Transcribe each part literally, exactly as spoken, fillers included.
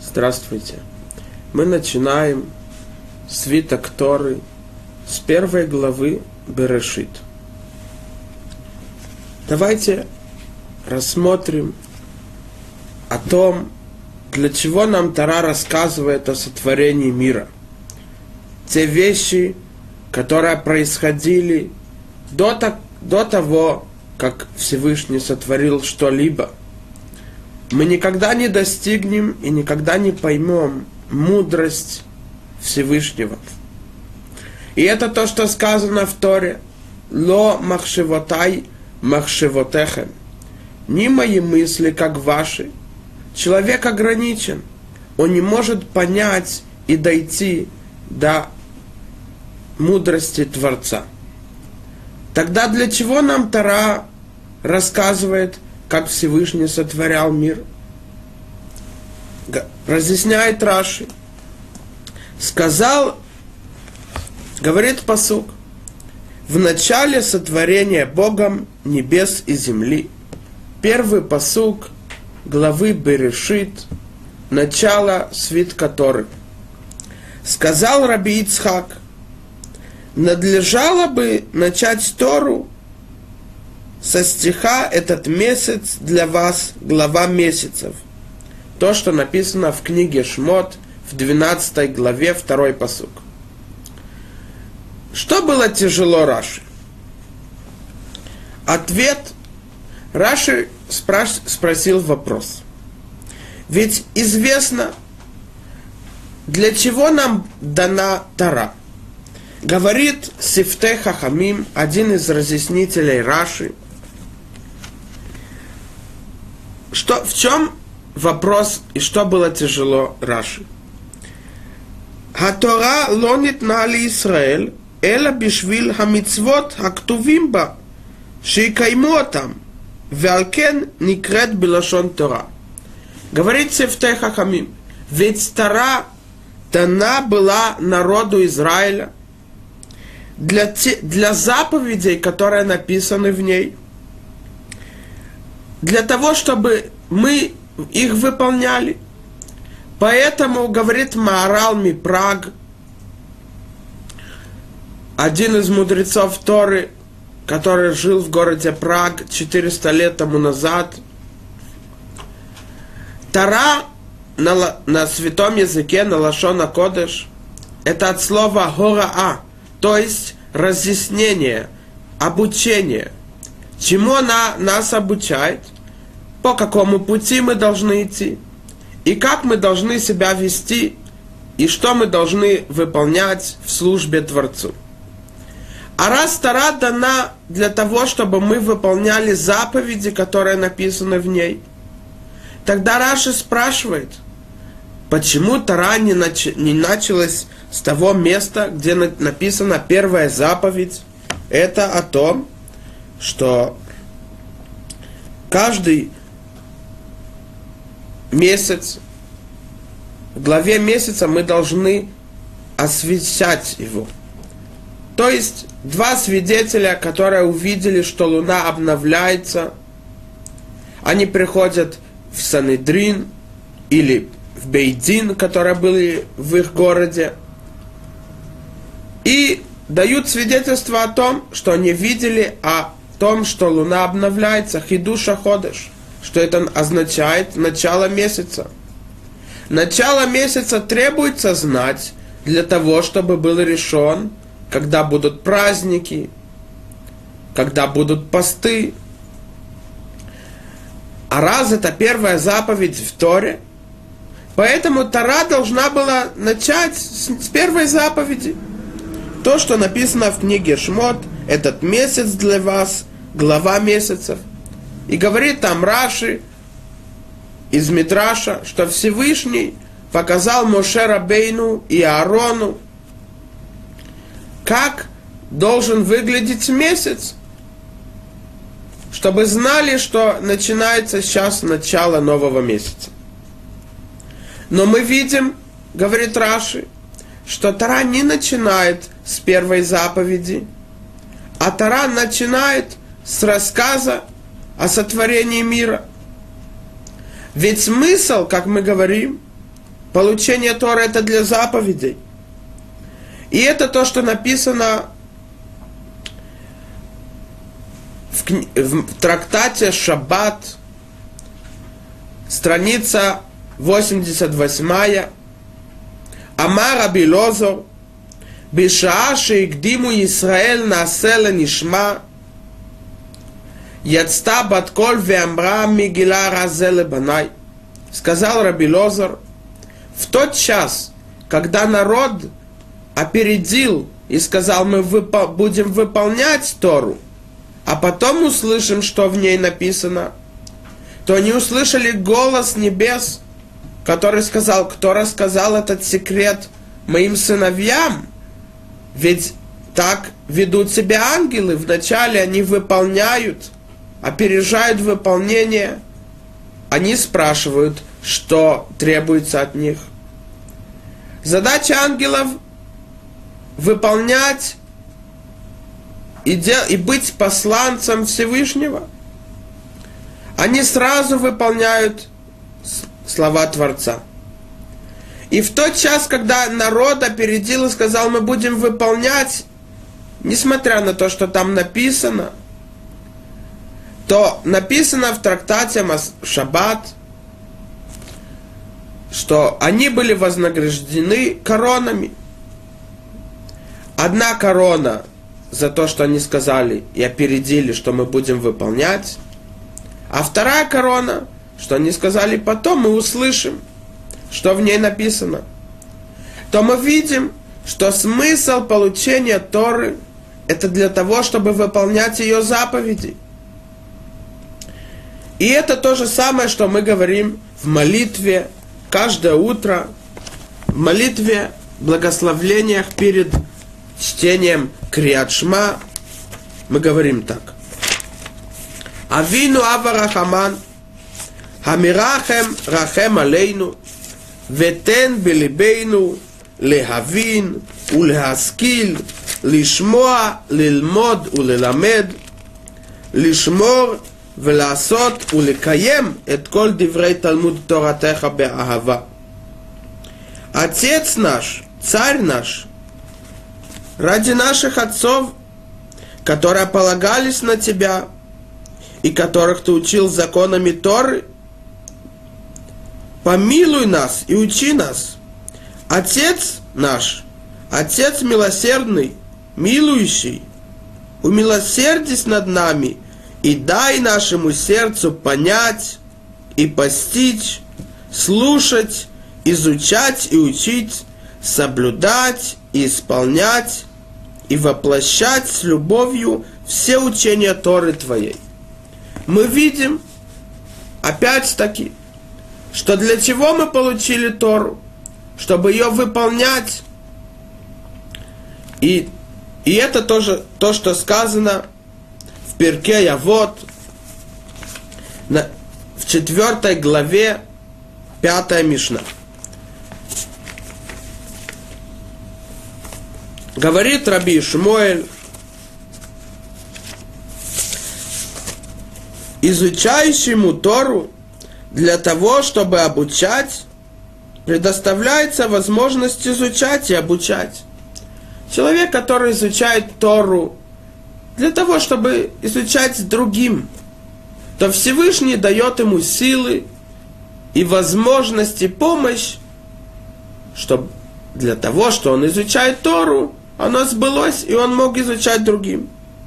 Здравствуйте. Мы начинаем свиток Торы с первой главы Берешит. Давайте рассмотрим о том, для чего нам Тора рассказывает о сотворении мира. Те вещи, которые происходили до, так, до того, как Всевышний сотворил что-либо. Мы никогда не достигнем и никогда не поймем мудрость Всевышнего. И это то, что сказано в Торе. «Ло махшевотай махшевотехем». Не мои мысли, как ваши. Человек ограничен. Он не может понять и дойти до мудрости Творца. Тогда для чего нам Тора рассказывает, как Всевышний сотворял мир? Разъясняет Раши. Сказал, говорит пасук, в начале сотворения Богом небес и земли. Первый пасук главы Берешит, начало свитка Торы. Сказал Раби Ицхак, надлежало бы начать Тору со стиха «Этот месяц для вас глава месяцев». То, что написано в книге Шмот в двенадцатой главе, второй пасук. Что было тяжело Раши? Ответ. Раши спраш, спросил вопрос. Ведь известно, для чего нам дана Тора. Говорит Сифтей Хахамим, один из разъяснителей Раши, что, в чем вопрос и что было тяжело Раши? Хатора ло нитна лиисраэль, эла бишвил хамицвот хактувим ба, шейкайму отам, ועל כן נקראת בלשון תורה. Говорит Сифтей Хахамим, ведь Тора дана была народу Израиля для, те, для заповедей, которые написаны в ней, для того, чтобы мы их выполняли. Поэтому, говорит Маарал Мипраг, один из мудрецов Торы, который жил в городе Праг четыреста лет тому назад, Тора на, на святом языке, на лашон а-кодеш, это от слова хораа, то есть разъяснение, обучение. Чему она нас обучает? По какому пути мы должны идти? И как мы должны себя вести? И что мы должны выполнять в службе Творцу? А раз Тора дана для того, чтобы мы выполняли заповеди, которые написаны в ней, тогда Раши спрашивает, почему Тора не, нач... не началась с того места, где написана первая заповедь? Это о том, что каждый месяц, в главе месяца мы должны освещать его. То есть два свидетеля, которые увидели, что луна обновляется, они приходят в Санедрин или в Бейдин, которые были в их городе, и дают свидетельство о том, что они видели о том, что луна обновляется, хидуша ходеш, что это означает начало месяца. Начало месяца требуется знать для того, чтобы был решен, когда будут праздники, когда будут посты. А раз это первая заповедь в Торе, поэтому Тора должна была начать с, с первой заповеди. То, что написано в книге Шмот, этот месяц для вас, глава месяцев. И говорит там Раши из Мидраша, что Всевышний показал Моше Рабейну и Аарону, как должен выглядеть месяц, чтобы знали, что начинается сейчас начало нового месяца. Но мы видим, говорит Раши, что Тора не начинает с первой заповеди, а Тора начинает с рассказа о сотворении мира. Ведь смысл, как мы говорим, получение Торы это для заповедей. И это то, что написано в, кни... в трактате «Шаббат», страница восемьдесят восемь. Амар Раби Лозор, בשעה שהקדימו ישראל נעשה לנשמע, יצתה בת קול ואמרה מגילה רזה לבניי. Сказал Раби Лозор, в тот час, когда народ опередил и сказал, мы выпо- будем выполнять Тору, а потом услышим, что в ней написано, то они услышали голос небес, который сказал, кто рассказал этот секрет моим сыновьям? Ведь так ведут себя ангелы. Вначале они выполняют, опережают выполнение. Они спрашивают, что требуется от них. Задача ангелов выполнять и, дел- и быть посланцем Всевышнего. Они сразу выполняют слова Творца. И в тот час, когда народ опередил и сказал, мы будем выполнять, несмотря на то, что там написано, то написано в трактате Шаббат, что они были вознаграждены коронами. Одна корона за то, что они сказали и опередили, что мы будем выполнять, а вторая корона, что они сказали потом, мы услышим, что в ней написано. То мы видим, что смысл получения Торы это для того, чтобы выполнять ее заповеди. И это то же самое, что мы говорим в молитве каждое утро, в молитве, благословлениях перед чтением Криат Шма. Мы говорим так. Авину Ава Рахаман, Хамирахем Рахем Алейну, ותן בלבנו להבין ולהשכיל, לשמוע, ללמוד וללמד, לשמור ולעשות ולקיים את כל דברי תלמוד תורתך באהבה. Отец наш, царь наш, ради наших отцов, которые полагались на тебя и которых ты учил законами Торы, помилуй нас и учи нас. Отец наш, Отец милосердный, милующий, умилосердись над нами и дай нашему сердцу понять и постичь, слушать, изучать и учить, соблюдать и исполнять и воплощать с любовью все учения Торы Твоей. Мы видим, опять-таки, что для чего мы получили Тору? Чтобы ее выполнять. И, и это тоже то, что сказано в Перкей Авот, на, в четвертой главе, пятая Мишна. Говорит Раби Шмуэль, изучающему Тору для того, чтобы обучать, предоставляется возможность изучать и обучать. Человек, который изучает Тору для того, чтобы изучать другим, то Всевышний дает ему силы и возможности, помощь, чтобы для того, что он изучает Тору, оно сбылось, и он мог изучать другим.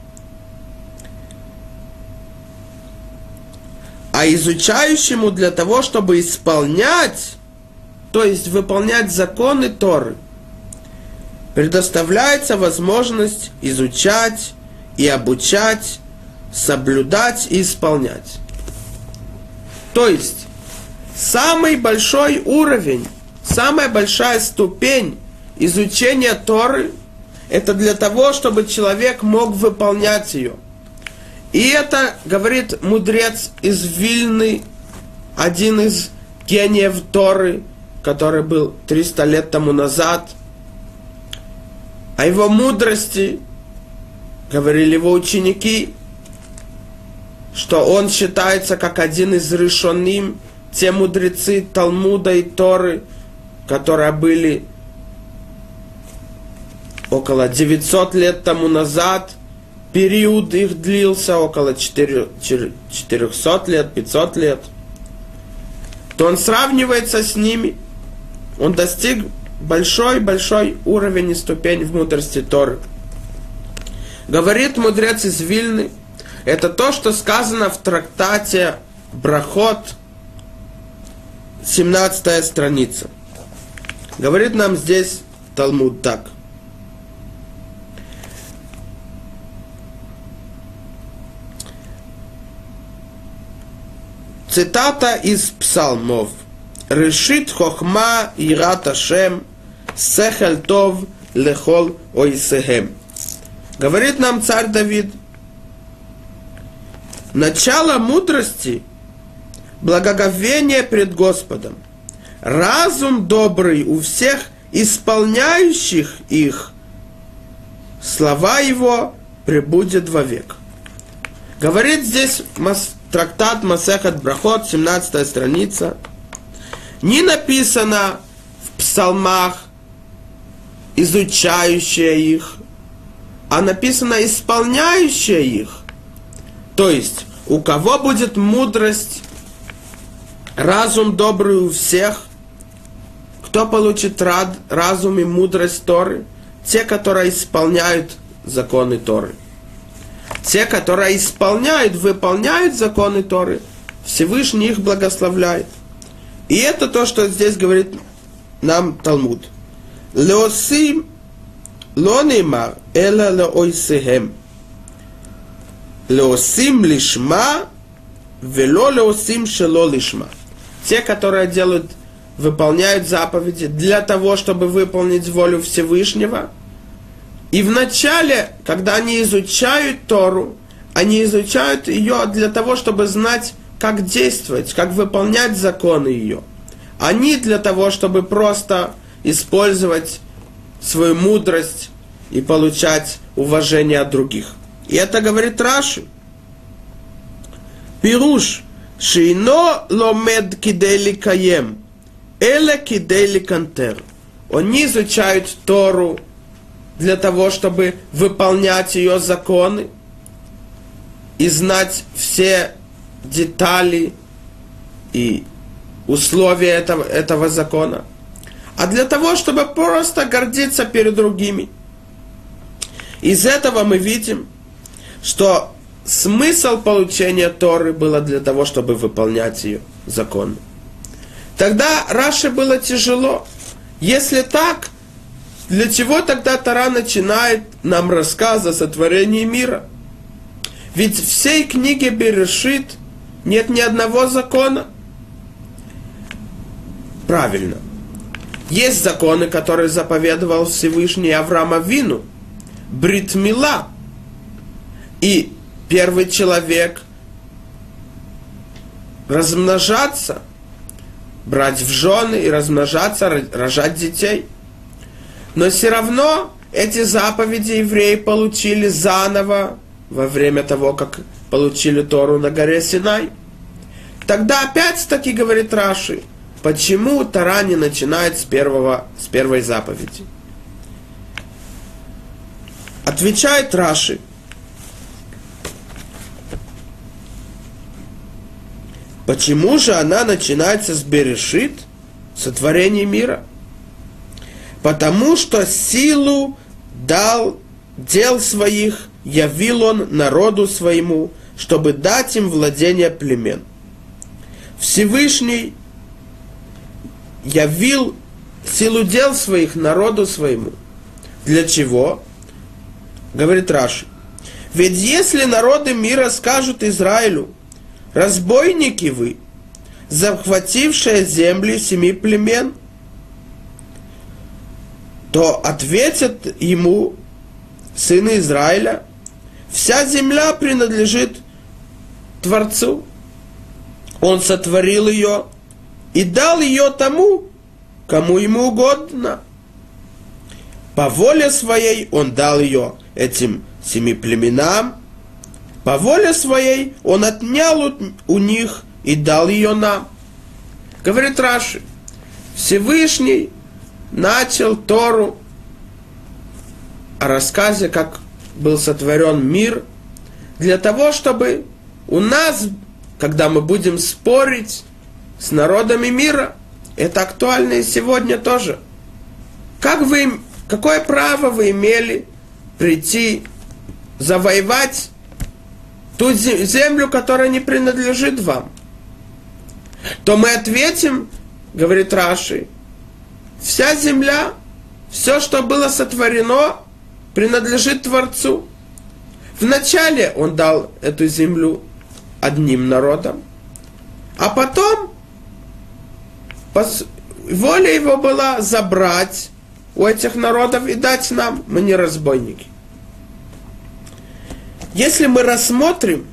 А изучающему для того, чтобы исполнять, то есть выполнять законы Торы, предоставляется возможность изучать и обучать, соблюдать и исполнять. То есть, самый большой уровень, самая большая ступень изучения Торы, это для того, чтобы человек мог выполнять ее. И это говорит мудрец из Вильны, один из гениев Торы, который был триста лет тому назад. О его мудрости говорили его ученики, что он считается как один из решоним, те мудрецы Талмуда и Торы, которые были около девятьсот лет тому назад, период их длился около четырехсот лет, пятьсот лет, то он сравнивается с ними, он достиг большой-большой уровень и ступень в мудрости Торы. Говорит мудрец из Вильны, это то, что сказано в трактате Брахот, семнадцатая страница. Говорит нам здесь Талмуд так. Цитата из псалмов. Решит хохма ират Ашем, сехель тов лехол ойсехем. Говорит нам царь Давид, начало мудрости – благоговение пред Господом. Разум добрый у всех исполняющих их, слова его пребудет вовек. Говорит здесь трактат Масехет Брахот, семнадцатая страница. Не написано в псалмах, изучающая их, а написано исполняющая их. То есть, у кого будет мудрость, разум добрый у всех, кто получит рад, разум и мудрость Торы? Те, которые исполняют законы Торы. Те, которые исполняют, выполняют законы Торы, Всевышний их благословляет. И это то, что здесь говорит нам Талмуд. Леосим ло неймар эла леойсехем. Леосим лишма вело леосим шело лишма. Те, которые делают, выполняют заповеди для того, чтобы выполнить волю Всевышнего. И вначале, когда они изучают Тору, они изучают ее для того, чтобы знать, как действовать, как выполнять законы ее. Они для того, чтобы просто использовать свою мудрость и получать уважение от других. И это говорит Раши. Пируш, шейно ломед кидели каем, эле кидели кантер. Они изучают Тору для того, чтобы выполнять ее законы и знать все детали и условия этого, этого закона, а для того, чтобы просто гордиться перед другими. Из этого мы видим, что смысл получения Торы было для того, чтобы выполнять ее законы. Тогда Раши было тяжело. Если так, для чего тогда Тора начинает нам рассказ о сотворении мира? Ведь в всей книге Берешит нет ни одного закона. Правильно. Есть законы, которые заповедовал Всевышний Аврааму Авину. Брит Мила. И первый человек размножаться, брать в жены и размножаться, рожать детей. Но все равно эти заповеди евреи получили заново во время того, как получили Тору на горе Синай. Тогда опять-таки говорит Раши, почему Тора не начинает с, первого, с первой заповеди? Отвечает Раши. Почему же она начинается с Берешит, сотворения мира? Потому что силу дал дел своих, явил он народу своему, чтобы дать им владение племен. Всевышний явил силу дел своих народу своему. Для чего? Говорит Раши. Ведь если народы мира скажут Израилю, разбойники вы, захватившие земли семи племен, то ответят ему сыны Израиля, вся земля принадлежит Творцу. Он сотворил ее и дал ее тому, кому ему угодно. По воле своей он дал ее этим семи племенам, по воле своей он отнял у них и дал ее нам. Говорит Раши, Всевышний начал Тору о рассказе, как был сотворен мир, для того, чтобы у нас, когда мы будем спорить с народами мира, это актуально и сегодня тоже. Как вы, какое право вы имели прийти, завоевать ту землю, которая не принадлежит вам? То мы ответим, говорит Раши, вся земля, все, что было сотворено, принадлежит Творцу. Вначале Он дал эту землю одним народам, а потом воля Его была забрать у этих народов и дать нам, мы не разбойники. Если мы рассмотрим,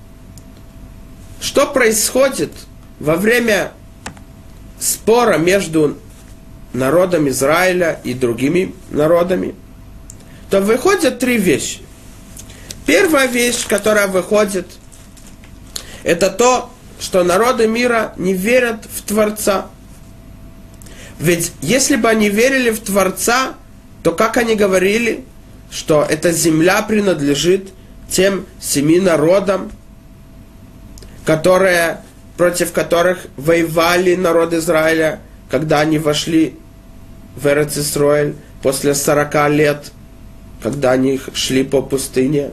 что происходит во время спора между народом Израиля и другими народами, то выходят три вещи. Первая вещь, которая выходит, это то, что народы мира не верят в Творца. Ведь если бы они верили в Творца, то как они говорили, что эта земля принадлежит тем семи народам, которые, против которых воевали народ Израиля, когда они вошли в Эрец Исроэль после сорока лет, когда они шли по пустыне.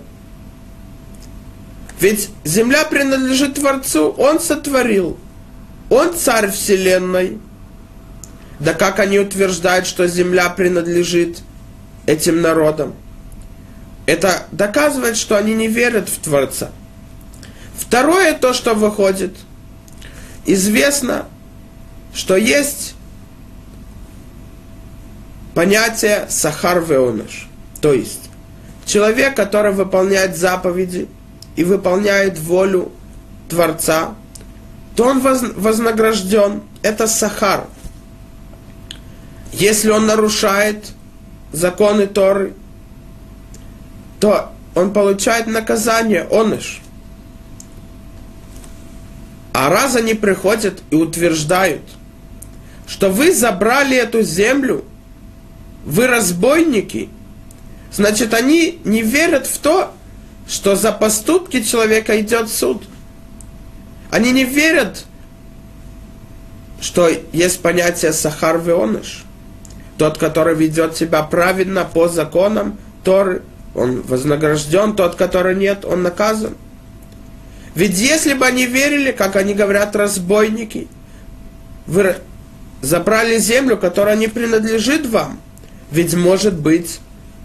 Ведь земля принадлежит Творцу, Он сотворил, Он царь вселенной. Да как они утверждают, что земля принадлежит этим народам? Это доказывает, что они не верят в Творца. Второе, то, что выходит, известно, что есть понятие сахар веонеш, то есть человек, который выполняет заповеди и выполняет волю Творца, то он вознагражден. Это сахар. Если он нарушает законы Торы, то он получает наказание, онеш. А раз они приходят и утверждают, что вы забрали эту землю, вы разбойники, значит, они не верят в то, что за поступки человека идет суд. Они не верят, что есть понятие сахар веонеш. Тот, который ведет себя праведно по законам Торы, он вознагражден, тот, который нет, он наказан. Ведь если бы они верили, как они говорят, разбойники, вы забрали землю, которая не принадлежит вам, ведь, может быть,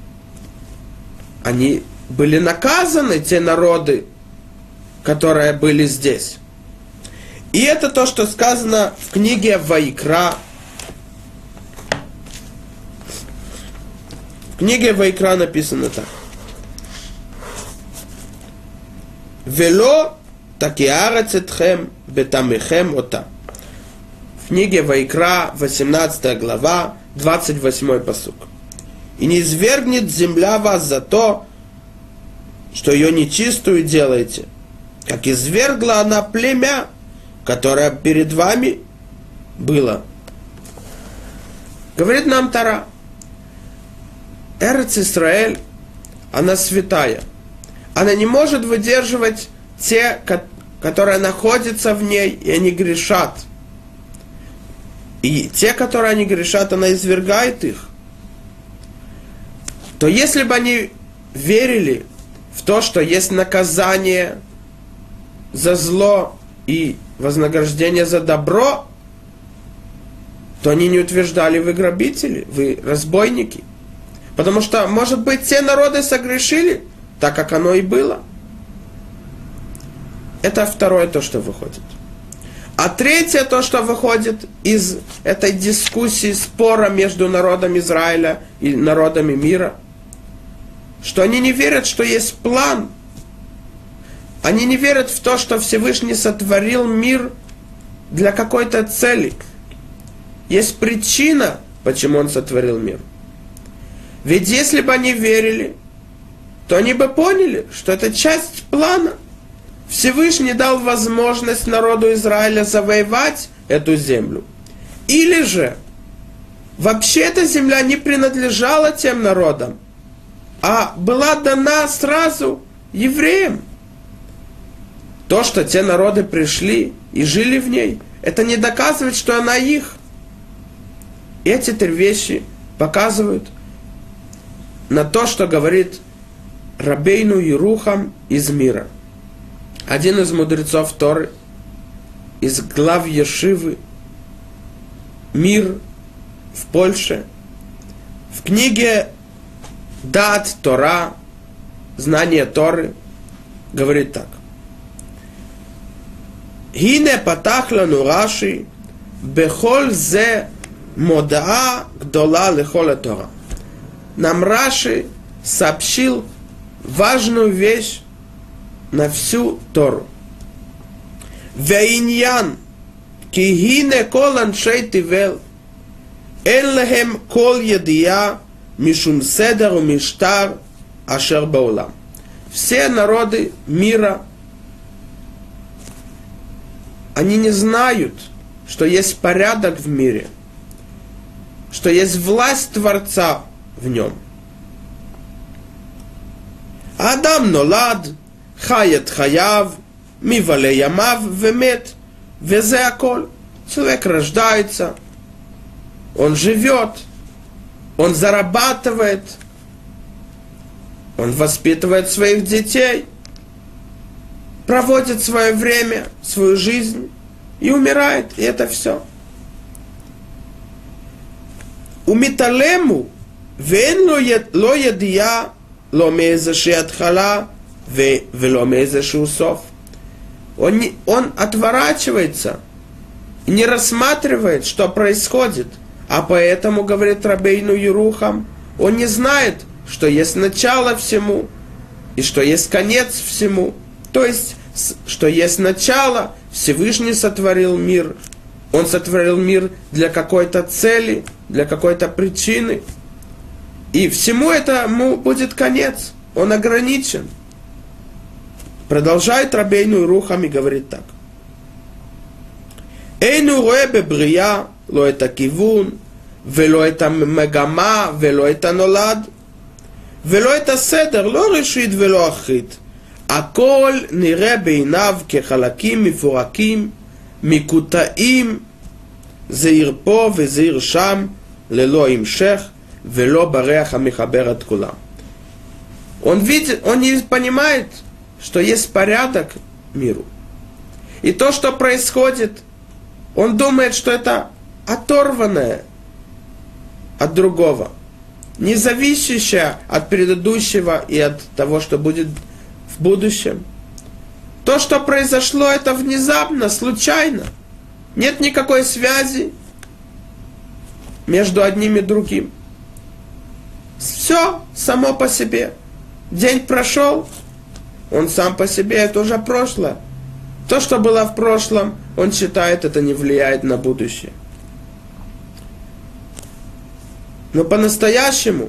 они были наказаны, те народы, которые были здесь. И это то, что сказано в книге Ваикра. В книге Ваикра написано так. «Вело такиарец этхем бетамихем ота». В книге Ваикра, восемнадцатая глава, двадцать восьмой пасук. «И не извергнет земля вас за то, что ее нечистую делаете, как извергла она племя, которое перед вами было». Говорит нам Тора, Эрец Исраэль, она святая. Она не может выдерживать те, которые находятся в ней, и они грешат. И те, которые они грешат, она извергает их. То если бы они верили в то, что есть наказание за зло и вознаграждение за добро, то они не утверждали, вы грабители, вы разбойники. Потому что, может быть, те народы согрешили, так как оно и было. Это второе то, что выходит. А третье то, что выходит из этой дискуссии, спора между народом Израиля и народами мира, что они не верят, что есть план. Они не верят в то, что Всевышний сотворил мир для какой-то цели. Есть причина, почему Он сотворил мир. Ведь если бы они верили, то они бы поняли, что это часть плана. Всевышний дал возможность народу Израиля завоевать эту землю. Или же вообще эта земля не принадлежала тем народам, а была дана сразу евреям. То, что те народы пришли и жили в ней, это не доказывает, что она их. Эти три вещи показывают на то, что говорит Рабейну Ерухам из мира. Один из мудрецов Торы, из глав Ешивы «Мир» в Польше, в книге «Дат Тора», «Знание Торы», говорит так. «Хине патах лану Раши, бехол зе модаа гдола лехол Тора». Нам Раши сообщил важную вещь на всю Тору. «Веиньян, ки хине кол аншей тивел, эн лехем кол едия, мишум седер у миштар, ашер баулам». Все народы мира, они не знают, что есть порядок в мире, что есть власть Творца в нем. Адам нолад, хаят хаяв, мивале ямав, вемет, везе аколь. Человек рождается, он живет, он зарабатывает, он воспитывает своих детей, проводит свое время, свою жизнь и умирает, и это все. Умиталему вен ло едия ло меэзэши атхала вело меэзэши усов. Он, не, он отворачивается и не рассматривает, что происходит. А поэтому, говорит Рабейну Ерухам, он не знает, что есть начало всему и что есть конец всему. То есть, что есть начало, Всевышний сотворил мир. Он сотворил мир для какой-то цели, для какой-то причины. И всему этому будет конец. Он ограничен. Продолжает Рабейну Ерухам и говорит так. Эйну роэ бебрия, ло это кивун, вело это мегама, вело это нолад, вело это седер, ло решит, вело ахит. הכל נראה בעיניו כחלקים מפורקים, מקוטעים, זעיר פה וזעיר שם, ללא המשך, ולא בריח המחבר את כולם. Он видит, он не понимает, что есть порядок миру. И то, что происходит, он думает, что это оторванное от другого, не зависящее от предыдущего и от того, что будет в будущем. То, что произошло, это внезапно, случайно. Нет никакой связи между одним и другим. Все само по себе. День прошел, он сам по себе, это уже прошлое. То, что было в прошлом, он считает, это не влияет на будущее. Но по-настоящему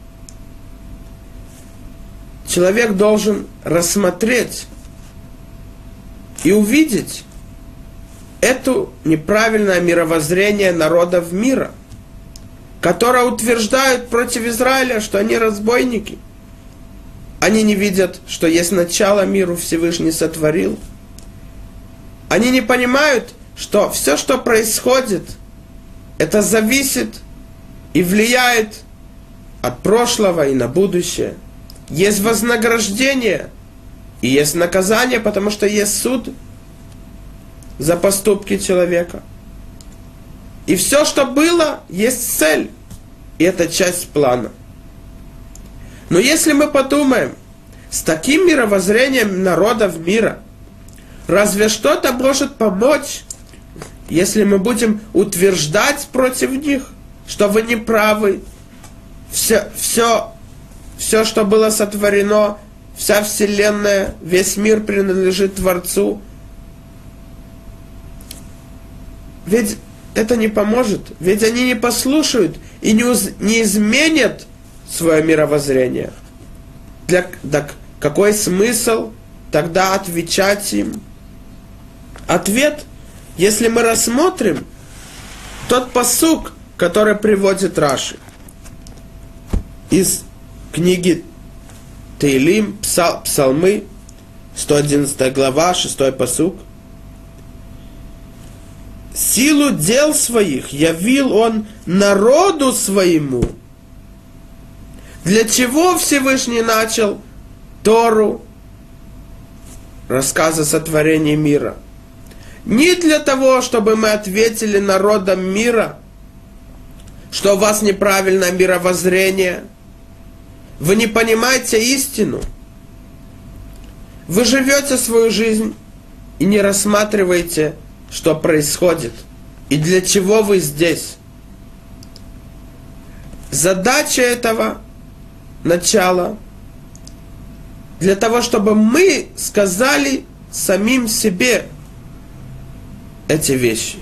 человек должен рассмотреть и увидеть это неправильное мировоззрение народов мира, которое утверждают против Израиля, что они разбойники. Они не видят, что есть начало миру, Всевышний сотворил. Они не понимают, что все, что происходит, это зависит и влияет от прошлого и на будущее. Есть вознаграждение и есть наказание, потому что есть суд за поступки человека. И все, что было, есть цель. И это часть плана. Но если мы подумаем, с таким мировоззрением народов мира, разве что-то может помочь, если мы будем утверждать против них, что вы не правы, все, все Все, что было сотворено, вся вселенная, весь мир принадлежит Творцу. Ведь это не поможет. Ведь они не послушают и не, уз, не изменят свое мировоззрение. Для, так какой смысл тогда отвечать им? Ответ, если мы рассмотрим тот пасук, который приводит Раши из книги Теилим, псал, Псалмы, сто одиннадцатая глава, шестой пасук. Силу дел своих явил он народу своему. Для чего Всевышний начал Тору, рассказы о сотворении мира? Не для того, чтобы мы ответили народам мира, что у вас неправильное мировоззрение, вы не понимаете истину, вы живете свою жизнь и не рассматриваете, что происходит и для чего вы здесь. Задача этого начала для того, чтобы мы сказали самим себе эти вещи.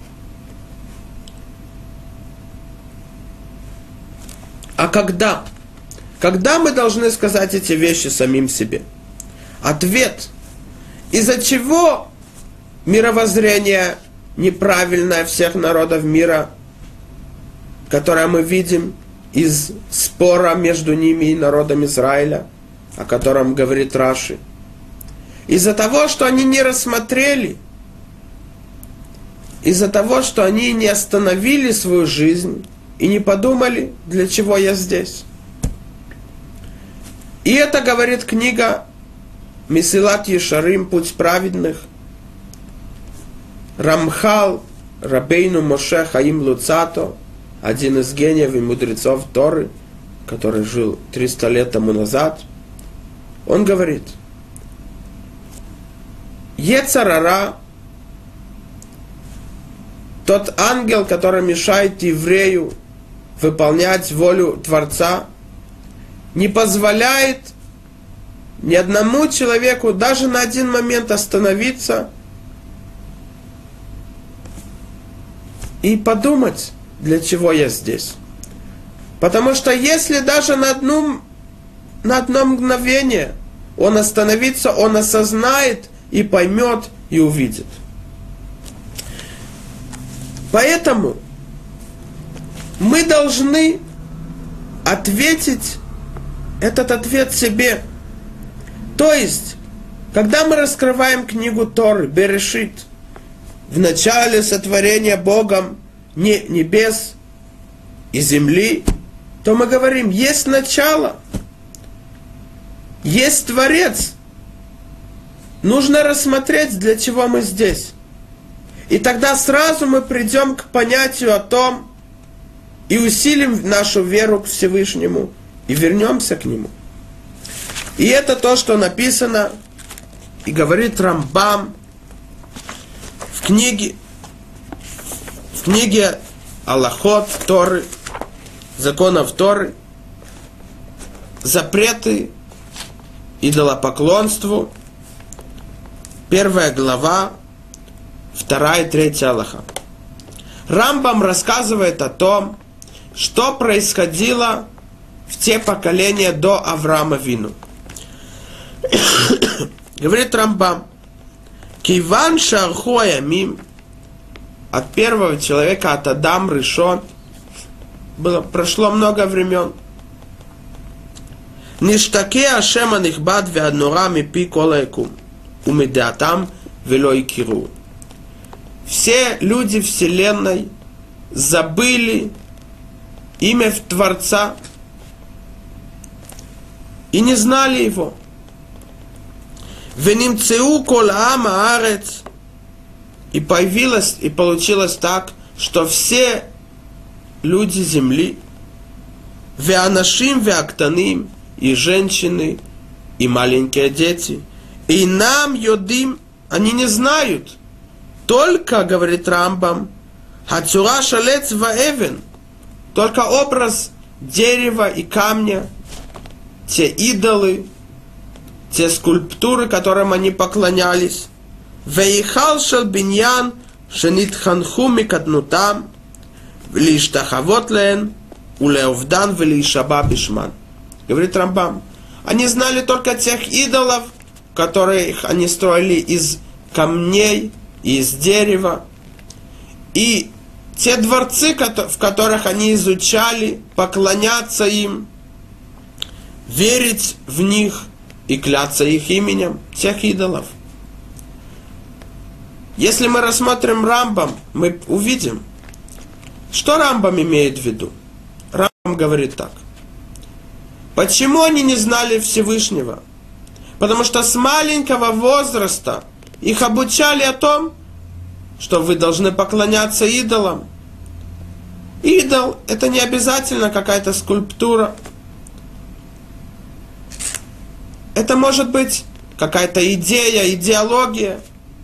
А когда? Когда мы должны сказать эти вещи самим себе? Ответ. Из-за чего мировоззрение неправильное всех народов мира, которое мы видим из спора между ними и народом Израиля, о котором говорит Раши? Из-за того, что они не рассмотрели, из-за того, что они не остановили свою жизнь и не подумали, для чего я здесь. И это говорит книга Месилат Ешарим, Путь праведных, Рамхал Рабейну Моше Хаим Луцато, один из гениев и мудрецов Торы, который жил триста лет тому назад. Он говорит: Йецер ара, тот ангел, который мешает еврею выполнять волю Творца, не позволяет ни одному человеку даже на один момент остановиться и подумать, для чего я здесь. Потому что если даже на одну, на одно мгновение он остановится, он осознает и поймет и увидит. Поэтому мы должны ответить этот ответ себе. То есть, когда мы раскрываем книгу Торы, Берешит, в начале сотворения Богом не небес и земли, то мы говорим, есть начало, есть Творец. Нужно рассмотреть, для чего мы здесь. И тогда сразу мы придем к понятию о том и усилим нашу веру к Всевышнему и вернемся к Нему. И это то, что написано и говорит Рамбам в книге, в книге Алахот Торы, законов Торы, запреты идолопоклонству, первая глава, вторая и третья Алаха. Рамбам рассказывает о том, что происходило в те поколения до Авраама Вину. Говорит Рамбам: Киван шарху аямим, от первого человека, от Адам Ришон, было, прошло много времен. Ништаке Ашем анихбад веаднора мипи кол хаякум, умидеатам вело икиру. Все люди вселенной забыли имя Творца и не знали его. Венимцеу кол аам аарец, и появилось, и получилось так, что все люди земли, веанашим веактаним, и женщины, и маленькие дети, и нам йодим, они не знают, только, говорит Рамбам, хацура шалец ваэвен, только образ дерева и камня, те идолы, те скульптуры, которым они поклонялись. Вейхал шел биньян шенитханху микатнутам лиштахавот лен улеовдан велишаба бишман. Говорит Рамбам, они знали только тех идолов, которых они строили из камней и из дерева, и те дворцы, в которых они изучали, поклоняться им, верить в них и кляться их именем, тех идолов. Если мы рассмотрим Рамбам, мы увидим, что Рамбам имеет в виду. Рамбам говорит так. Почему они не знали Всевышнего? Потому что с маленького возраста их обучали о том, что вы должны поклоняться идолам. Идол – это не обязательно какая-то скульптура. Это может быть какая-то идея, идеология.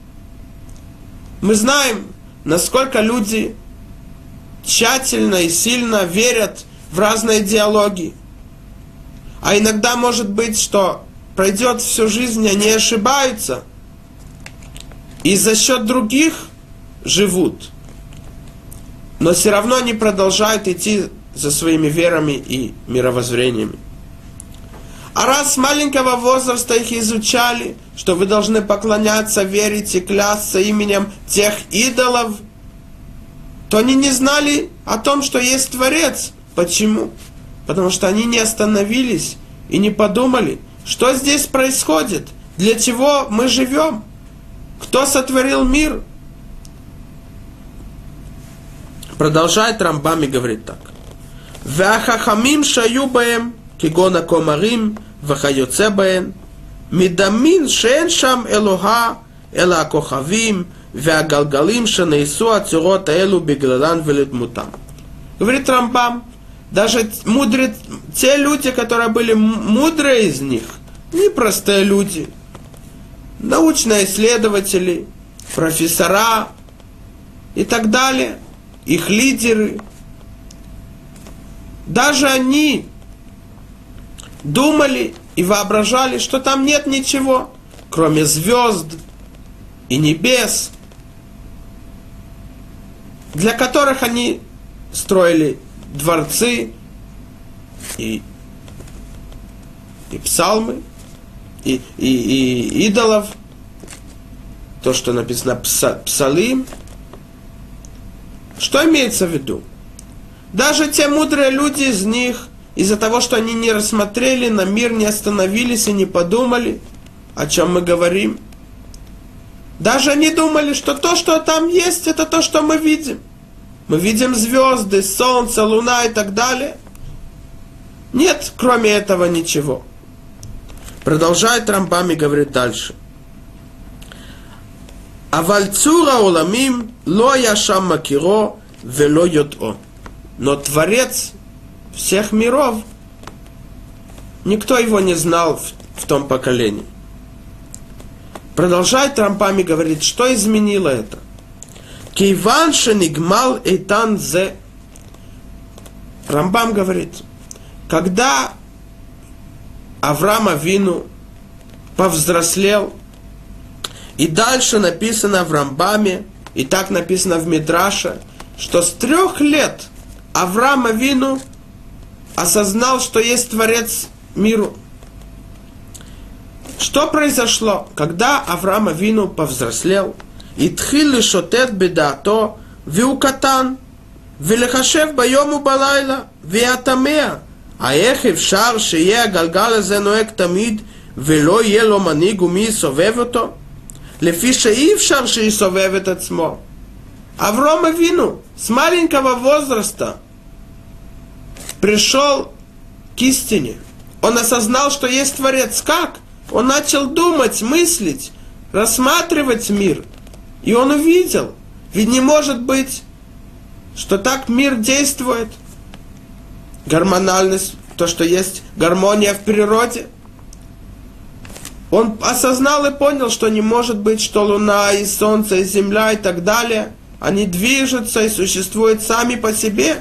Мы знаем, насколько люди тщательно и сильно верят в разные идеологии. А иногда может быть, что пройдет всю жизнь, они ошибаются. И за счет других живут. Но все равно они продолжают идти за своими верами и мировоззрениями. А раз с маленького возраста их изучали, что вы должны поклоняться, верить и клясться именем тех идолов, то они не знали о том, что есть Творец. Почему? Потому что они не остановились и не подумали, что здесь происходит, для чего мы живем, кто сотворил мир. Продолжает Рамбам и говорит так. «Веахахамим шаю баем, кигон акомарим, вехайоце баем, медамин шен шам элоха, эла акохавим, веагалгалим шанейсу ацурот аэлу беглалан велидмутам». Говорит Рамбам, даже мудрые, те люди, которые были мудрые из них, не простые люди, научные исследователи, профессора и так далее, их лидеры, даже они думали и воображали, что там нет ничего, кроме звезд и небес, для которых они строили дворцы и, и псалмы, и, и, и идолов, то, что написано пса, псалим. Что имеется в виду? Даже те мудрые люди из них, из-за того, что они не рассмотрели на мир, не остановились и не подумали, о чем мы говорим. Даже они думали, что то, что там есть, это то, что мы видим. Мы видим звезды, солнце, луна и так далее. Нет, кроме этого, ничего. Продолжает Рамбам и говорит дальше. Авальцура уламим ло яшам макиро вело йот'о. Но Творец всех миров, никто его не знал в, в том поколении. Продолжает Рамбам и говорит, что изменило это. Киван шенигмал эйтан зе. Рамбам говорит, когда Авраам Авину повзрослел, и дальше написано в Рамбаме, и так написано в Мидраше, что с трех лет Авраам Авину осознал, что есть Творец миру. Что произошло, когда Авраам Авину повзрослел? «Итхил лишотет бедаато виукатан, ולחשב ביום ובלילה, ויתמע, איך אפשר שיהיה הגלגל הזה נוהג תמיד, ולא יהיה לו מנהיג ומי יסובב אותו? לפי שאי אפשר שיסובב את עצמו. Авраам Авину с маленького возраста пришел к истине. Он осознал, что есть Творец. Как? Он начал думать, мыслить, рассматривать мир. И он увидел. Ведь не может быть, что так мир действует. Гормональность, то, что есть гармония в природе. Он осознал и понял, что не может быть, что Луна и Солнце и Земля и так далее, они движутся и существуют сами по себе.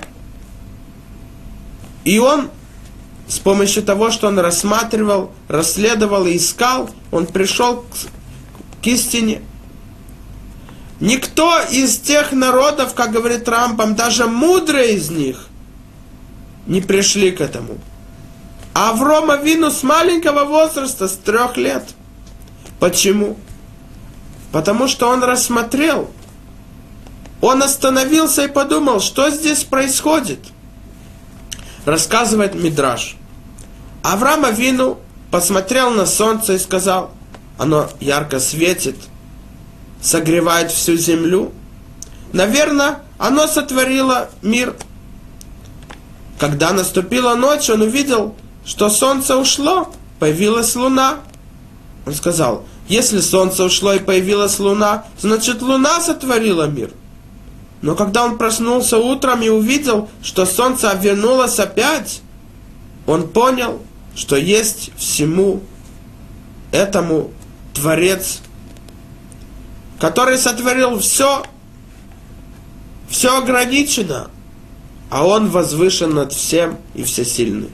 И он, с помощью того, что он рассматривал, расследовал и искал, он пришел к, к истине. Никто из тех народов, как говорит Рамбам, даже мудрые из них, не пришли к этому. А Авраам Авину с маленького возраста, с трех лет. Почему? Потому что он рассмотрел, он остановился и подумал, что здесь происходит. Рассказывает Мидраш. Авраам Авину посмотрел на солнце и сказал, оно ярко светит, согревает всю землю. Наверное, оно сотворило мир. Когда наступила ночь, он увидел, что солнце ушло, появилась луна. Он сказал, если солнце ушло и появилась луна, значит луна сотворила мир. Но когда он проснулся утром и увидел, что солнце вернулось опять, он понял, что есть всему этому Творец, который сотворил все, все ограничено, а он возвышен над всем и всесильный.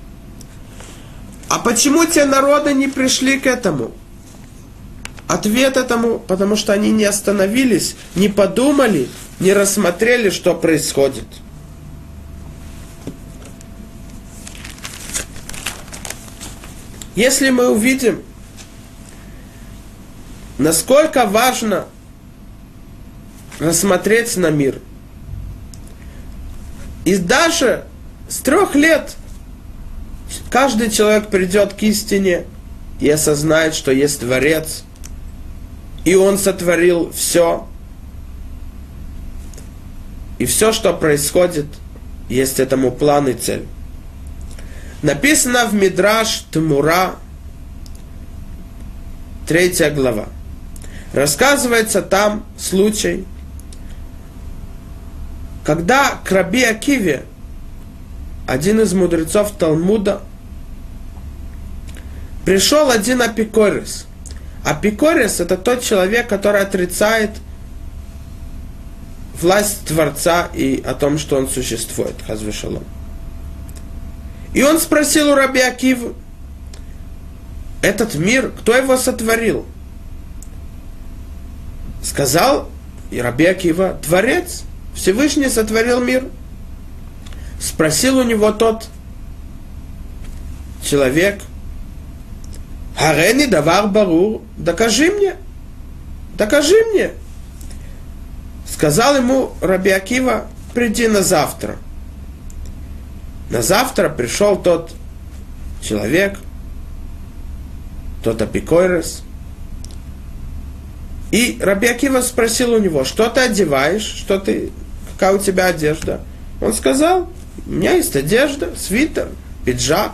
А почему те народы не пришли к этому? Ответ этому, потому что они не остановились, не подумали, не рассмотрели, что происходит. Если мы увидим, насколько важно рассмотреть на мир, и даже с трех лет каждый человек придет к истине и осознает, что есть Творец, и Он сотворил все. И все, что происходит, есть этому план и цель. Написано в Мидраш Тмура, третья глава. Рассказывается там случай, когда к Раби Акиве, один из мудрецов Талмуда, пришел один апикорис. Апикорис – это тот человек, который отрицает власть Творца и о том, что он существует. Хазве шалом. И он спросил у Раби Акивы, этот мир, кто его сотворил? Сказал и Раби Акива, Творец, Всевышний сотворил мир. Спросил у него тот человек, Харени давар барур, докажи мне, докажи мне. Сказал ему Раби Акива, приди на завтра. На завтра пришел тот человек, тот апикорис. И Раби Акива спросил у него, что ты одеваешь, что ты, какая у тебя одежда? Он сказал, у меня есть одежда, свитер, пиджак.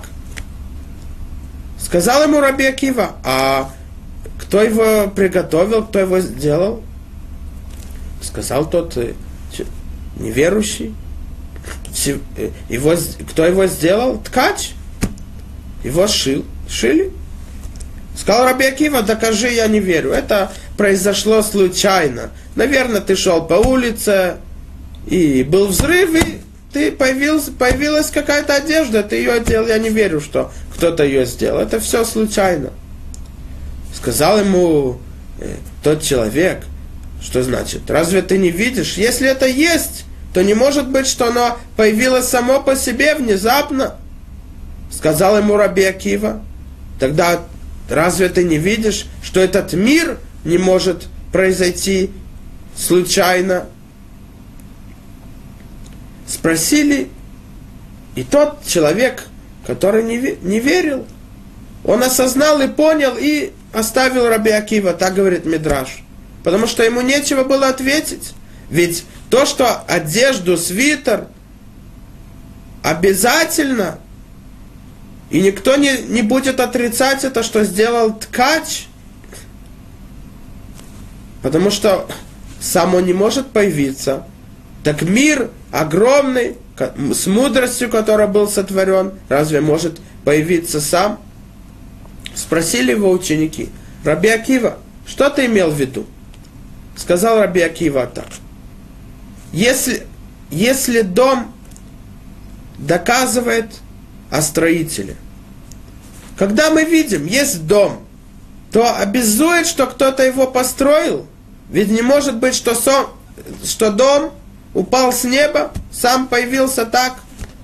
Сказал ему Раби Акива, а кто его приготовил, кто его сделал? Сказал тот неверующий. Его, кто его сделал? Ткач. Его шил. Шили. Сказал Раби Акива, докажи, я не верю. Это произошло случайно. Наверное, ты шел по улице, и был взрыв, и ты появился, появилась какая-то одежда, ты ее одел, я не верю, что кто-то ее сделал. Это все случайно. Сказал ему э, тот человек, что значит, разве ты не видишь? Если это есть, то не может быть, что оно появилось само по себе внезапно. Сказал ему Раби Акива, тогда разве ты не видишь, что этот мир не может произойти случайно? Спросили, и тот человек, который не, не верил, он осознал и понял, и оставил Раби Акива, так говорит Мидраш. Потому что ему нечего было ответить. Ведь то, что одежду, свитер, обязательно, и никто не, не будет отрицать это, что сделал ткач, потому что сам он не может появиться. Так мир огромный, с мудростью, которая был сотворен, разве может появиться сам? Спросили его ученики, Раби Акива, что ты имел в виду? Сказал Раби Акива так. Если, если дом доказывает о строителе, когда мы видим, есть дом, то обязует, что кто-то его построил. Ведь не может быть, что, сон, что дом упал с неба, сам появился так.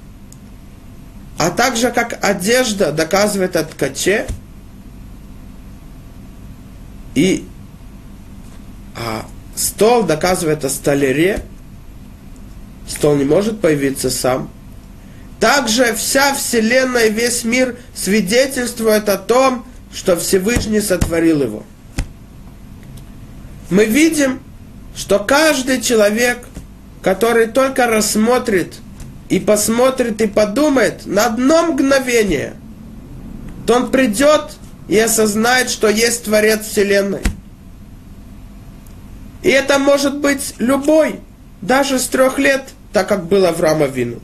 А также, как одежда доказывает о ткаче, и а стол доказывает о столяре, стол не может появиться сам. Также вся Вселенная, весь мир свидетельствует о том, что Всевышний сотворил его. Мы видим, что каждый человек, который только рассмотрит и посмотрит и подумает на одно мгновение, то он придет и осознает, что есть Творец Вселенной. И это может быть любой, даже с трех лет, так как было Авраам Авину.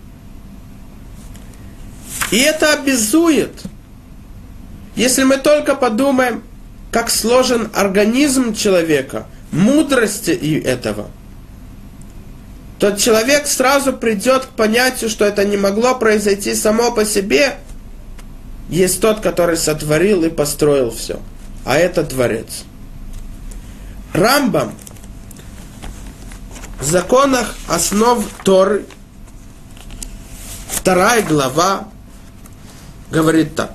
И это обязует. Если мы только подумаем, как сложен организм человека, мудрости и этого, то человек сразу придет к понятию, что это не могло произойти само по себе. Есть тот, который сотворил и построил все. А это Творец. Рамбам в законах основ Торы, вторая глава, говорит так.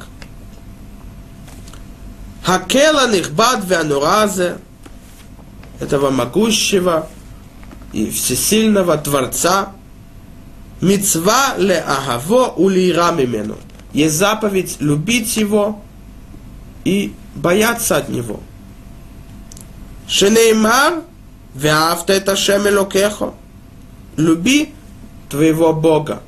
Хакела нихбад веануразе, этого могущего и всесильного Творца, мицва ле агаво улира мимену. Есть заповедь любить его и бояться от него. Шенеймар веавта это Ашем Элокехо. Люби твоего Бога.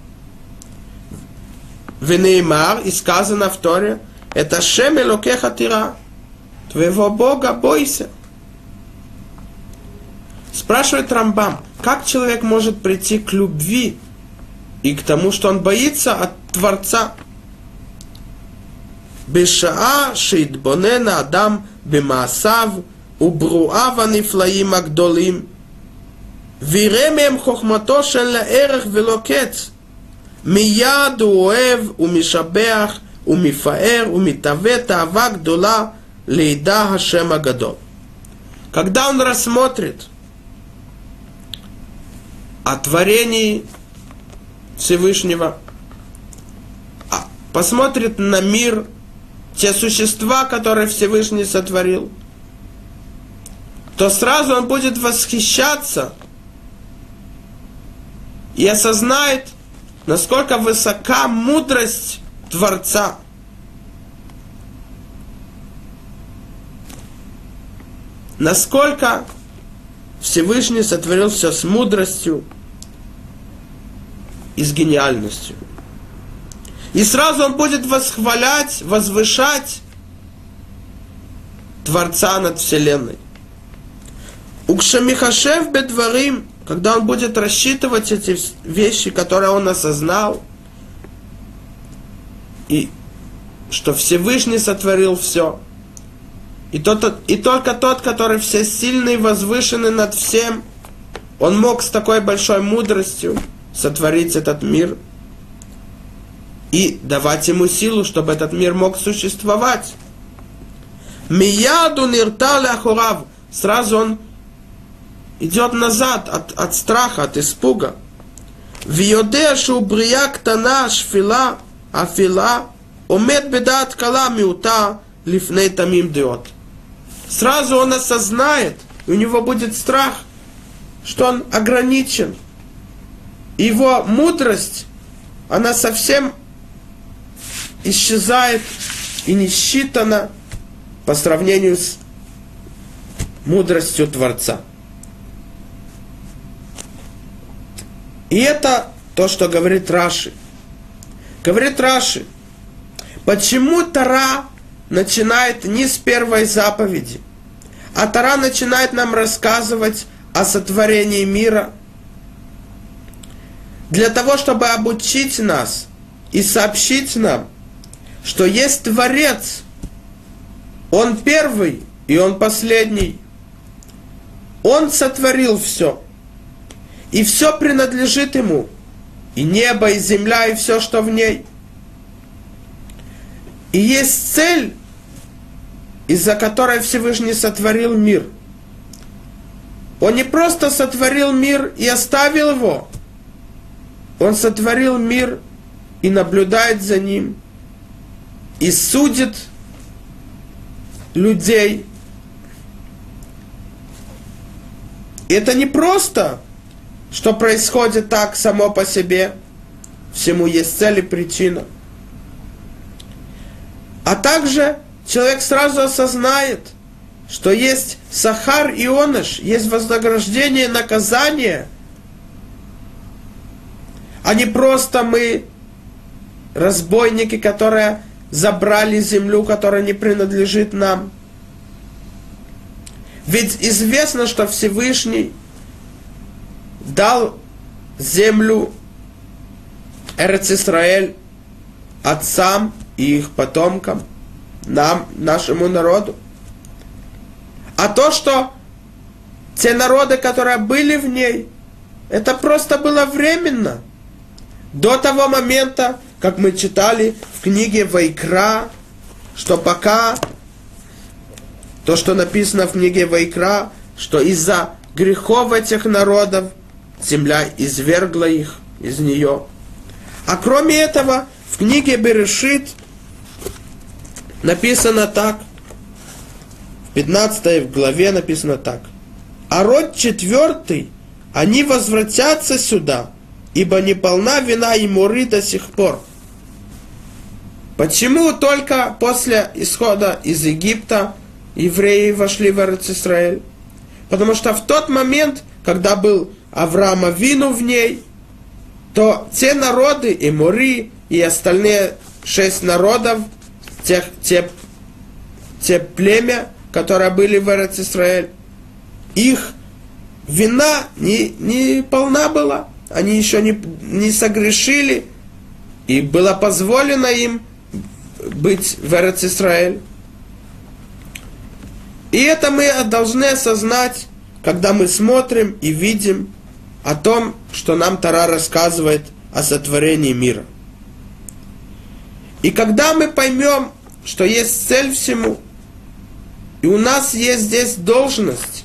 Венеймар, и сказано в Торе, это Ашем Элокеха тира. Твоего Бога бойся. Спрашивает Рамбам, как человек может прийти к любви и к тому, что он боится от Творца? Бешаа шеитбонена адам бемаасав убруав הנפלאים הגדולים ויראה מהם חוכמתו שאין לה ערך ולא קץ. מיד הוא אוהב ומשבח ומפאר ומתהווה תאווה גדולה לידע השם הגדול. Когда он рассмотрит о творении Всевышнего, посмотрит на мир, те существа, которые Всевышний сотворил, то сразу он будет восхищаться и осознает, насколько высока мудрость Творца. Насколько Всевышний сотворил все с мудростью и с гениальностью. И сразу он будет восхвалять, возвышать Творца над Вселенной. Укшамихашев бедварим, когда он будет рассчитывать эти вещи, которые он осознал, и что Всевышний сотворил все, и, тот, и только тот, который всесильный, возвышенный над всем, он мог с такой большой мудростью сотворить этот мир и давать ему силу, чтобы этот мир мог существовать. Мияду нирта ляхурав, сразу он идет назад от, от страха, от испуга. Виодея шубрия ктана шфила афила омет бедат кала миута лифней тамим диот. Сразу он осознает, и у него будет страх, что он ограничен. Его мудрость, она совсем исчезает и не считана по сравнению с мудростью Творца. И это то, что говорит Раши. Говорит Раши, почему Тора начинает не с первой заповеди, а Тора начинает нам рассказывать о сотворении мира, для того, чтобы обучить нас и сообщить нам, что есть Творец, Он первый и Он последний. Он сотворил все. И все принадлежит Ему. И небо, и земля, и все, что в ней. И есть цель, из-за которой Всевышний сотворил мир. Он не просто сотворил мир и оставил его. Он сотворил мир и наблюдает за ним. И судит людей. это не просто, что происходит так само по себе. Всему есть цель и причина. А также человек сразу осознает, что есть сахар и онеш, есть вознаграждение и наказание, а не просто мы разбойники, которые забрали землю, которая не принадлежит нам. Ведь известно, что Всевышний дал землю Эрец-Исраэль отцам и их потомкам, нам, нашему народу. А то, что те народы, которые были в ней, это просто было временно. До того момента, как мы читали в книге Вайкра, что пока то, что написано в книге Вайкра, что из-за грехов этих народов земля извергла их из нее. А кроме этого, в книге Берешит написано так, в пятнадцатой главе написано так: «А род четвертый, они возвратятся сюда, ибо не полна вина и муры до сих пор». Почему только после исхода из Египта евреи вошли в Эрец-Исраэль? Потому что в тот момент, когда был Авраам Авину в ней, то те народы, и Мури, и остальные шесть народов, тех, те, те племя, которые были в Эрец-Исраэль, их вина не, не полна была. Они еще не, не согрешили, и было позволено им быть в Эрец-Исраэль. И это мы должны осознать, когда мы смотрим и видим о том, что нам Тора рассказывает о сотворении мира. И когда мы поймем, что есть цель всему, и у нас есть здесь должность,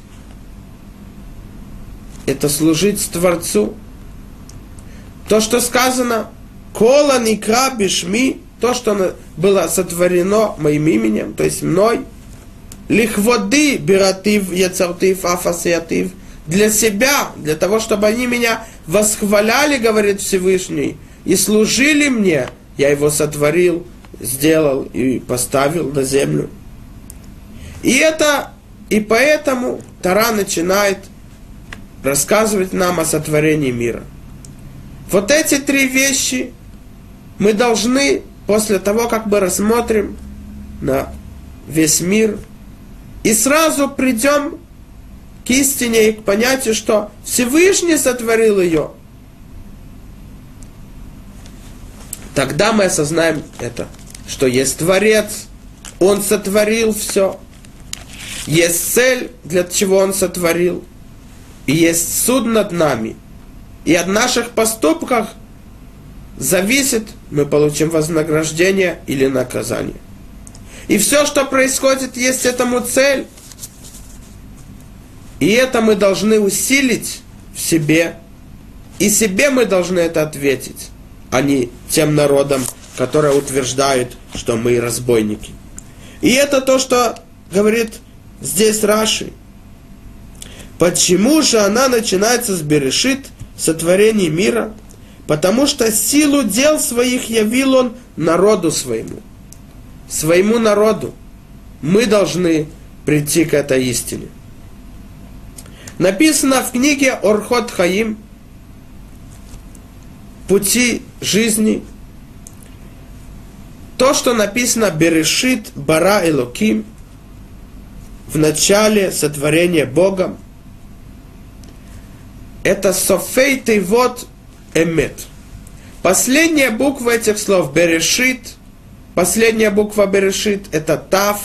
это служить Творцу. То, что сказано, «Кола никра бишми», то, что было сотворено моим именем, то есть мной, «Лихводы биратив яцартив афасиатив», для себя, для того, чтобы они меня восхваляли, говорит Всевышний, и служили мне, я его сотворил, сделал и поставил на землю. И это, и поэтому Тора начинает рассказывать нам о сотворении мира. Вот эти три вещи мы должны, после того, как мы рассмотрим на весь мир, и сразу придем к истине и к понятию, что Всевышний сотворил ее. Тогда мы осознаем это, что есть Творец, Он сотворил все, есть цель, для чего Он сотворил, и есть суд над нами. И от наших поступков зависит, мы получим вознаграждение или наказание. И все, что происходит, есть этому цель. И это мы должны усилить в себе. И себе мы должны это ответить, а не тем народам, которые утверждают, что мы разбойники. И это то, что говорит здесь Раши. Почему же она начинается с Берешит, сотворения мира? Потому что силу дел своих явил он народу своему. Своему народу. Мы должны прийти к этой истине. Написано в книге Орхот Хаим, пути жизни, то, что написано Берешит Бара Элоким, в начале сотворения Богом, это Софей Тейвот Эмет. Последняя буква этих слов Берешит, последняя буква Берешит это Тав,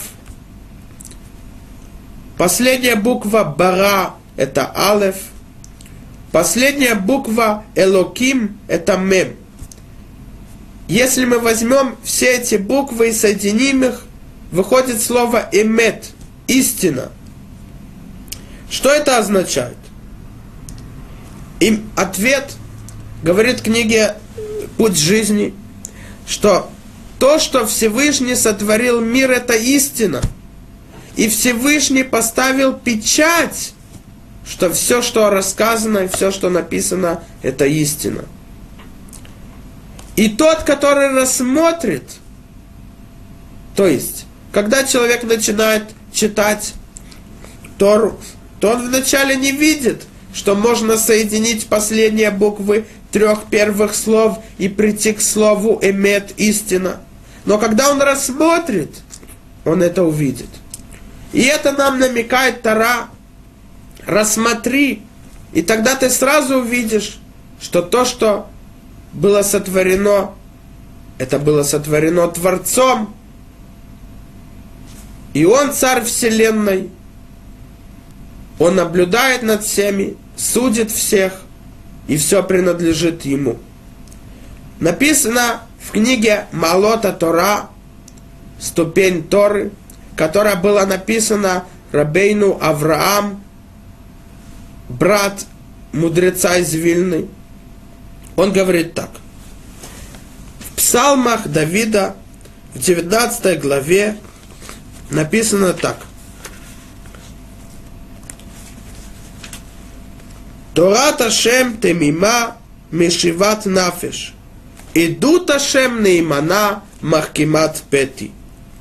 последняя буква Бара это Алеф, последняя буква Элоким это Мем. Если мы возьмем все эти буквы и соединим их, выходит слово Эмет, истина. Что это означает? Им ответ говорит в книге «Путь жизни», что то, что Всевышний сотворил мир, это истина. И Всевышний поставил печать, что все, что рассказано, и все, что написано, это истина. И тот, который рассмотрит, то есть, когда человек начинает читать Тору, то он вначале не видит, что можно соединить последние буквы трех первых слов и прийти к слову «эмет» — истина. Но когда он рассмотрит, он это увидит. И это нам намекает Тора. Рассмотри, и тогда ты сразу увидишь, что то, что было сотворено, это было сотворено Творцом, и Он царь вселенной, Он наблюдает над всеми, судит всех, и все принадлежит Ему. Написано в книге Малота Тора, ступень Торы, которая была написана Рабейну Авраам, брат мудреца из Вильны. Он говорит так. В псалмах Давида в девятнадцатой главе написано так. Торат Ашем темима мешиват нафеш. Идут Ашем неймана махкимат пети.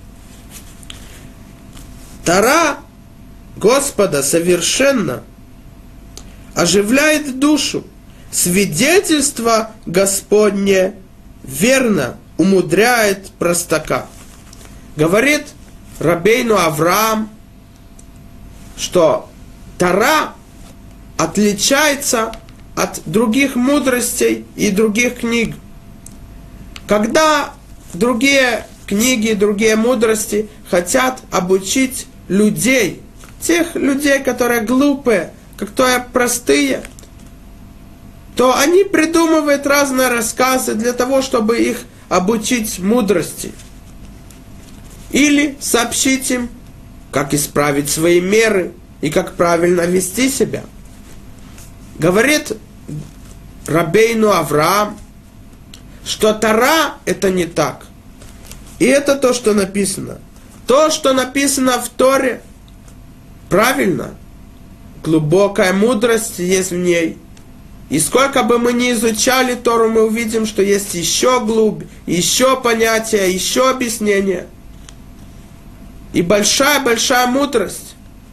Тора Господа совершенно оживляет душу. Свидетельство Господне верно умудряет простака. Говорит Рабейну Авраам, что Тора отличается от других мудростей и других книг. Когда другие книги, другие мудрости хотят обучить людей, тех людей, которые глупые, которые простые, то они придумывают разные рассказы для того, чтобы их обучить мудрости. Или сообщить им, как исправить свои меры и как правильно вести себя. Говорит Рабейну Авраам, что Тора это не так. И это то, что написано. То, что написано в Торе, правильно. Глубокая мудрость есть в ней. И сколько бы мы ни изучали Тору, мы увидим, что есть еще глубь, еще понятия, еще объяснения. И большая-большая мудрость.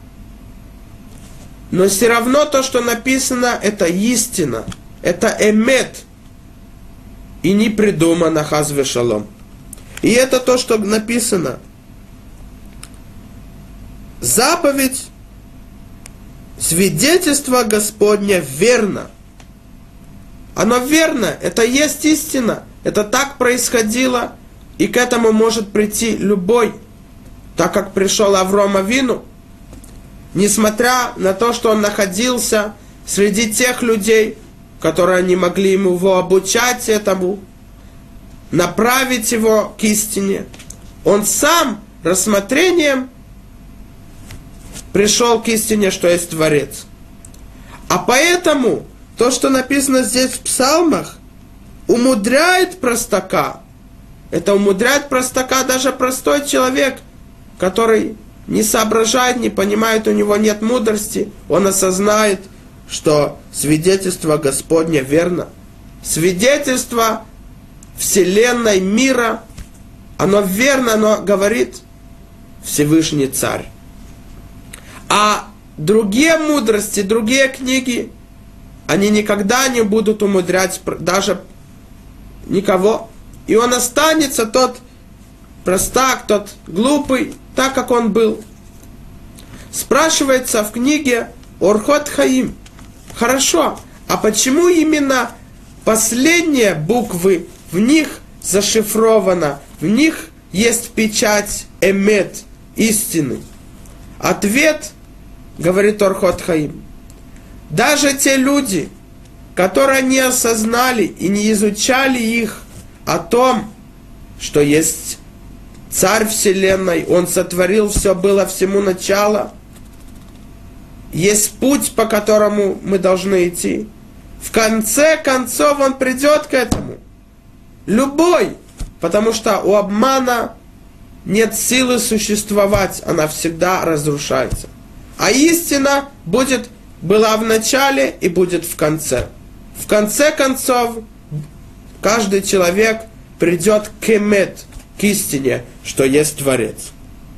Но все равно то, что написано, это истина. Это эмет. И не придумано хас вешалом. И это то, что написано. Заповедь, свидетельство Господня верно. Оно верно, это есть истина. Это так происходило, и к этому может прийти любой. Так как пришел Авром Авину, несмотря на то, что он находился среди тех людей, которые не могли его обучать этому, направить его к истине, он сам рассмотрением пришел к истине, что есть Творец. А поэтому то, что написано здесь в псалмах, умудряет простака. Это умудряет простака даже простой человек, который не соображает, не понимает, у него нет мудрости, он осознает, что свидетельство Господне верно. Свидетельство Вселенной, мира, оно верно, оно говорит Всевышний Царь. А другие мудрости, другие книги, они никогда не будут умудрять даже никого. И он останется тот простак, тот глупый, так как он был. Спрашивается в книге Орхот Хаим. Хорошо, а почему именно последние буквы в них зашифровано, в них есть печать эмет, истины? Ответ, говорит Орхот Хаим, даже те люди, которые не осознали и не изучали их о том, что есть Царь Вселенной, Он сотворил все, было всему начало, есть путь, по которому мы должны идти. В конце концов Он придет к этому. Любой, потому что у обмана нет силы существовать, она всегда разрушается. А истина будет была в начале и будет в конце. В конце концов, каждый человек придет к эмет, к истине, что есть Творец.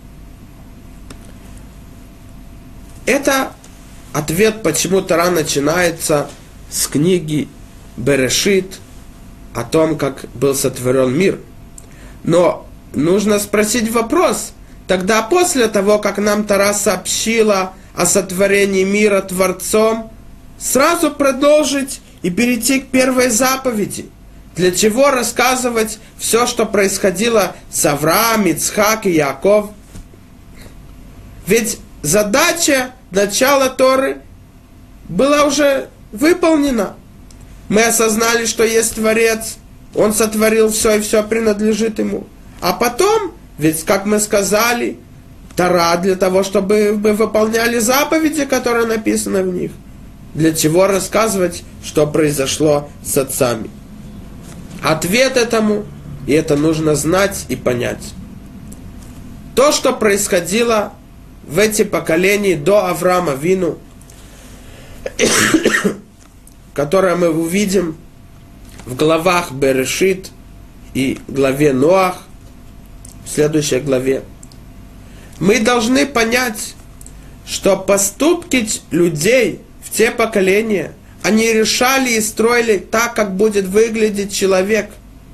Это ответ, почему Тора начинается с книги Берешит, о том, как был сотворен мир. Но нужно спросить вопрос, тогда после того, как нам Тора сообщила о сотворении мира Творцом, сразу продолжить и перейти к первой заповеди. Для чего рассказывать все, что происходило с Авраамом, Ицхак и Яаков? Ведь задача начала Торы была уже выполнена. Мы осознали, что есть Творец, Он сотворил все, и все принадлежит Ему. А потом, ведь, как мы сказали, Тора для того, чтобы мы выполняли заповеди, которые написаны в них. Для чего рассказывать, что произошло с отцами? Ответ этому, и это нужно знать и понять. То, что происходило в эти поколения до Авраама Вину, которое мы увидим в главах Берешит и главе Ноах, в следующей главе, мы должны понять, что поступки людей в те поколения, они решали и строили так, как будет выглядеть человек.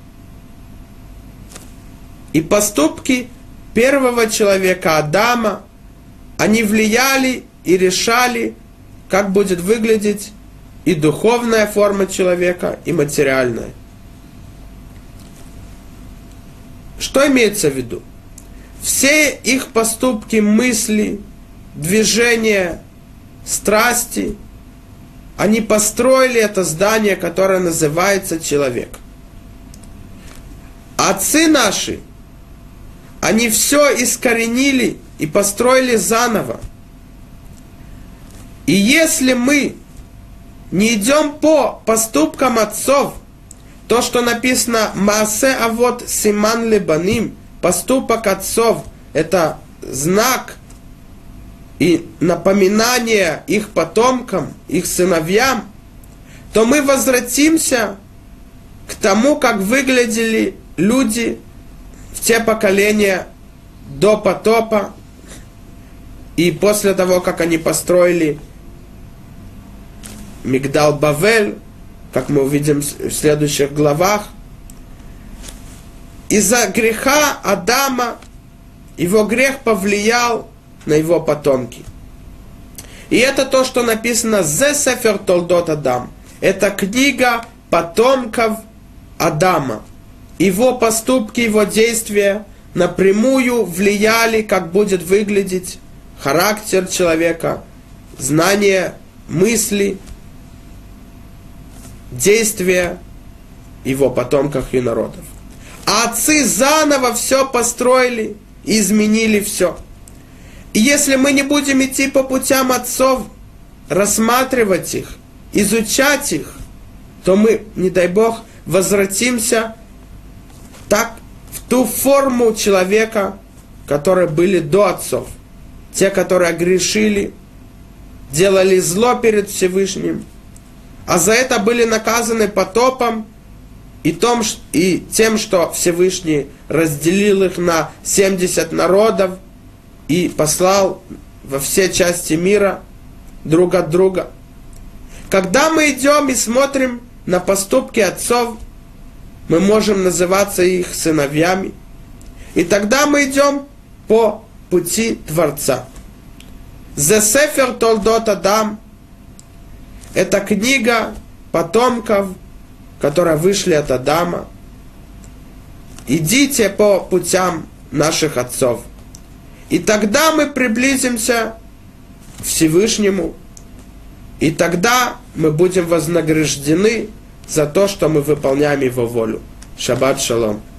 И поступки первого человека, Адама, они влияли и решали, как будет выглядеть и духовная форма человека, и материальная. Что имеется в виду? Все их поступки, мысли, движения, страсти, они построили это здание, которое называется человек. Отцы наши, они все искоренили и построили заново. И если мы не идем по поступкам отцов, то, что написано «Маасе авот симан лебаним», поступок отцов, это знак и напоминание их потомкам, их сыновьям, то мы возвратимся к тому, как выглядели люди в те поколения до потопа и после того, как они построили Мигдал Бавель, как мы увидим в следующих главах. Из-за греха Адама его грех повлиял на его потомки. И это то, что написано «Зе Сефер Толдот Адам». Это книга потомков Адама. Его поступки, его действия напрямую влияли, как будет выглядеть характер человека, знания, мысли, действия его потомков и народов. А отцы заново все построили и изменили все. И если мы не будем идти по путям отцов, рассматривать их, изучать их, то мы, не дай Бог, возвратимся так в ту форму человека, которые были до отцов. Те, которые грешили, делали зло перед Всевышним, а за это были наказаны потопом и, том, и тем, что Всевышний разделил их на семьдесят народов и послал во все части мира друг от друга. Когда мы идем и смотрим на поступки отцов, мы можем называться их сыновьями. И тогда мы идем по пути Творца. «Зе Сефер Толдот Адам» — это книга потомков, которые вышли от Адама. Идите по путям наших отцов. И тогда мы приблизимся к Всевышнему, и тогда мы будем вознаграждены за то, что мы выполняем Его волю. Шаббат шалом.